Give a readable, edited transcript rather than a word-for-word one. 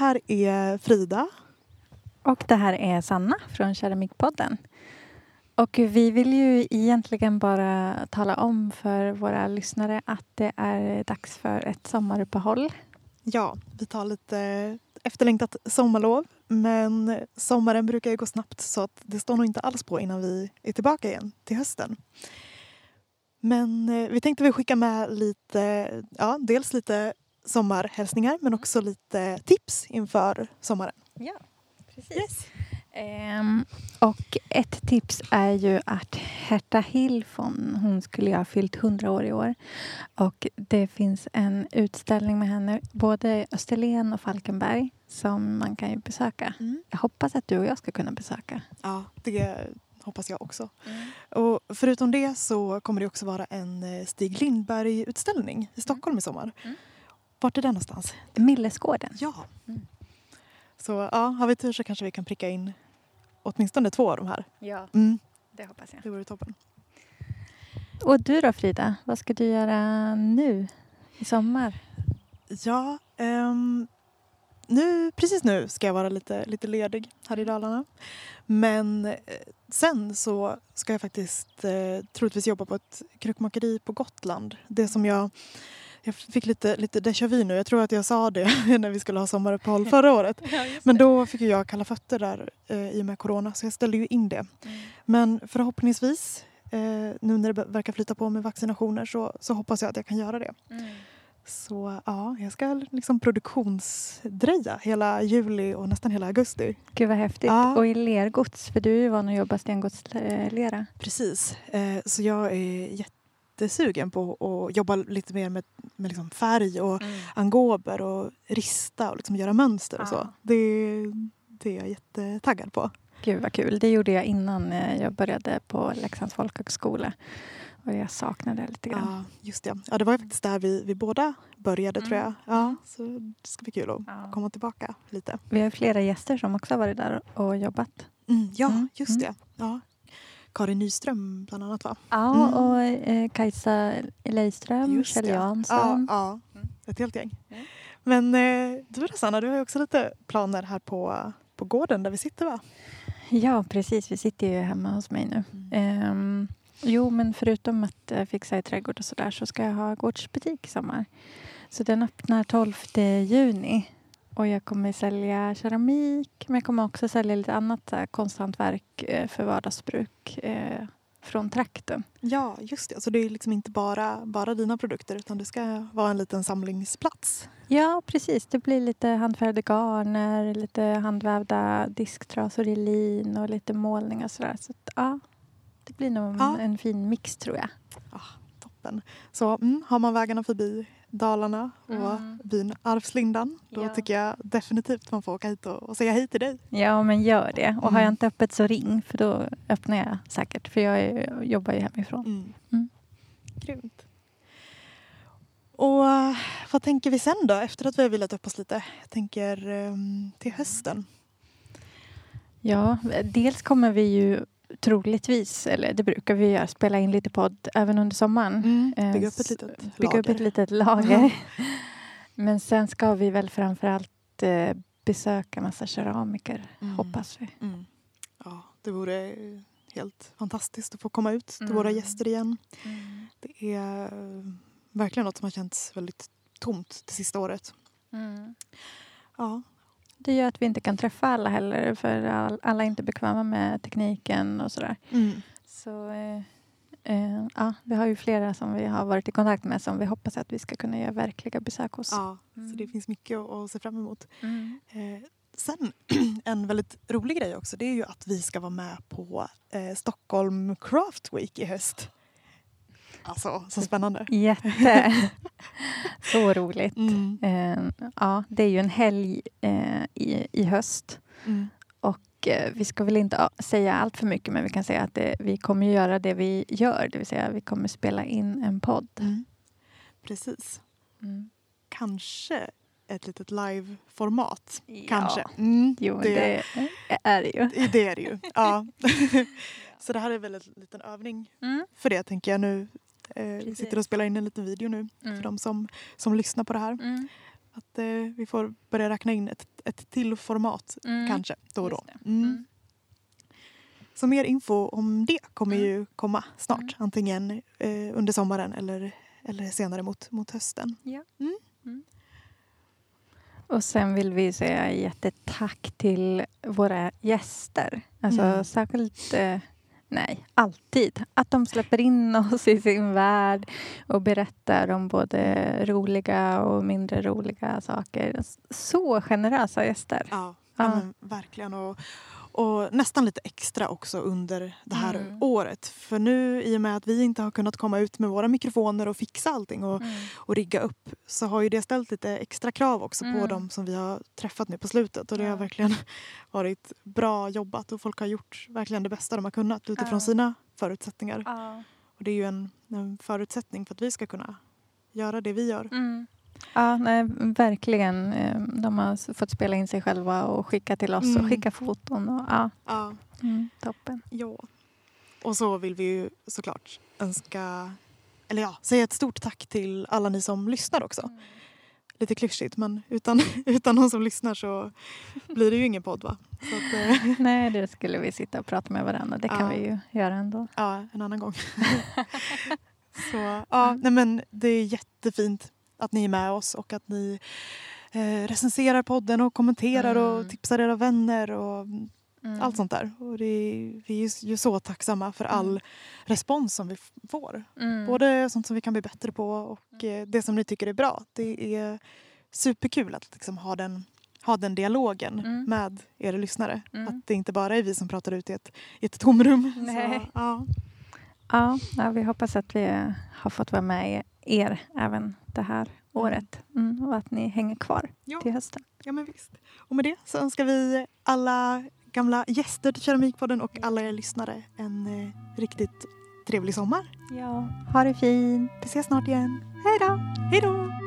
här är Frida. Och det här är Sanna från Keramikpodden. Och vi vill ju egentligen bara tala om för våra lyssnare att det är dags för ett sommaruppehåll. Ja, vi tar lite efterlängtat sommarlov. Men sommaren brukar ju gå snabbt så att det står nog inte alls på innan vi är tillbaka igen till hösten. Men vi tänkte väl skicka med lite, dels lite sommarhälsningar men också lite tips inför sommaren. Ja, precis. Yes. Och ett tips är ju att Herta Hilfon, hon skulle ju ha fyllt 100 år i år. Och det finns en utställning med henne, både Österlen och Falkenberg, som man kan ju besöka. Jag hoppas att du och jag ska kunna besöka. Ja, det hoppas jag också. Och förutom det så kommer det också vara en Stig Lindberg-utställning i Stockholm i sommar. Vart är den någonstans? Millesgården. Ja. Så har vi tur så kanske vi kan pricka in åtminstone 2 av de här. Ja, det hoppas jag. Det vore toppen. Och du då, Frida? Vad ska du göra nu i sommar? Ja, precis nu ska jag vara lite ledig här i Dalarna. Men sen så ska jag faktiskt troligtvis jobba på ett krukmakeri på Gotland. Det som jag fick lite déjà vu nu. Jag tror att jag sa det när vi skulle ha sommaruppehåll förra året. Men då fick jag kalla fötter där i och med corona. Så jag ställde ju in det. Men förhoppningsvis, nu när det verkar flyta på med vaccinationer så hoppas jag att jag kan göra det. Så jag ska liksom produktionsdreja hela juli och nästan hela augusti. Gud vad häftigt. Och i lergods, för du är ju van att jobba stengodslera. Precis. Så jag är jättesugen på att jobba lite mer med liksom färg och angober och rista och liksom göra mönster och så. Det är jag jättetaggad på. Gud vad kul. Det gjorde jag innan jag började på Leksands folkhögskola. Och jag saknade det lite grann. Ja, just det. Ja, det var ju faktiskt där vi båda började tror jag. Ja, så det ska bli kul att komma tillbaka lite. Vi har flera gäster som också har varit där och jobbat. Just det. Ja. Karin Nyström bland annat va? Ja, och Kajsa Leiström, Kjell Jansson. Ja, ett helt gäng. Men du då Sanna, du har ju också lite planer här på gården där vi sitter va? Ja, precis. Vi sitter ju hemma hos mig nu. Jo, men förutom att fixa i trädgård och sådär så ska jag ha gårdsbutik i sommar. Så den öppnar 12 juni. Och jag kommer sälja keramik. Men jag kommer också sälja lite annat konsthantverk för vardagsbruk från trakten. Ja, just det. Så det är liksom inte bara dina produkter utan det ska vara en liten samlingsplats. Ja, precis. Det blir lite handfärgade garner, lite handvävda disktrasor i lin och lite målningar och sådär. Så att, det blir nog en fin mix tror jag. Toppen. Så har man vägarna förbi Dalarna och byn Arvslindan då tycker jag definitivt man får åka hit och säga hej till dig. Ja, men gör det. Och har jag inte öppet så ring för då öppnar jag säkert. För jag jobbar ju hemifrån. Grymt. Och vad tänker vi sen då efter att vi har vilat upp oss lite? Jag tänker till hösten. Ja, dels kommer vi ju troligtvis, eller det brukar vi göra, spela in lite podd även under sommaren. Bygga upp ett litet lager. Men sen ska vi väl framförallt besöka massa keramiker, hoppas vi. Ja, det vore helt fantastiskt att få komma ut till våra gäster igen. Det är verkligen något som har känts väldigt tomt det sista året. Ja. Det gör att vi inte kan träffa alla heller för alla är inte bekväma med tekniken och sådär. Så vi har ju flera som vi har varit i kontakt med som vi hoppas att vi ska kunna göra verkliga besök hos. Ja, så det finns mycket att se fram emot. Sen en väldigt rolig grej också det är ju att vi ska vara med på Stockholm Craft Week i höst. Alltså, så spännande. Jätte. Så roligt. Det är ju en helg i höst. Och vi ska väl inte säga allt för mycket men vi kan säga att vi kommer göra det vi gör. Det vill säga vi kommer spela in en podd. Precis. Kanske ett litet live-format. Ja. Kanske. Jo, det är det ju. Det är det ju, ja. Så det här är väl en liten övning för det tänker jag nu. Vi sitter och spelar in en liten video nu för de som lyssnar på det här. Att vi får börja räkna in ett till format kanske då och då. Så mer info om det kommer ju komma snart. Antingen under sommaren eller senare mot hösten. Ja. Och sen vill vi säga jättetack till våra gäster. Alltså särskilt, alltid. Att de släpper in oss i sin värld och berättar om både roliga och mindre roliga saker. Så generösa gäster. Ja men verkligen. Och nästan lite extra också under det här året. För nu, i och med att vi inte har kunnat komma ut med våra mikrofoner och fixa allting och rigga upp, så har ju det ställt lite extra krav också på dem som vi har träffat nu på slutet. Och det har verkligen varit bra jobbat och folk har gjort verkligen det bästa de har kunnat utifrån sina förutsättningar. Och det är ju en förutsättning för att vi ska kunna göra det vi gör. Ja, nej, verkligen. De har fått spela in sig själva och skicka till oss och skicka foton. Och, toppen. Ja. Och så vill vi ju såklart säga ett stort tack till alla ni som lyssnar också. Lite klyschigt, men utan någon som lyssnar så blir det ju ingen podd, va? Så att, nej, det skulle vi sitta och prata med varandra. Det kan vi ju göra ändå. Ja, en annan gång. Så, nej, men det är jättefint att ni är med oss och att ni recenserar podden och kommenterar och tipsar era vänner och allt sånt där. Och vi är ju så tacksamma för all respons som vi får. Både sånt som vi kan bli bättre på och det som ni tycker är bra. Det är superkul att liksom ha den dialogen med er lyssnare. Att det inte bara är vi som pratar ut i ett tomrum. Nej. Så, Ja, vi hoppas att vi har fått vara med er även det här året. Och att ni hänger kvar till hösten. Ja, men visst. Och med det så önskar vi alla gamla gäster till Keramikpodden och alla er lyssnare en riktigt trevlig sommar. Ja, ha det fint. Vi ses snart igen. Hej då! Hej då!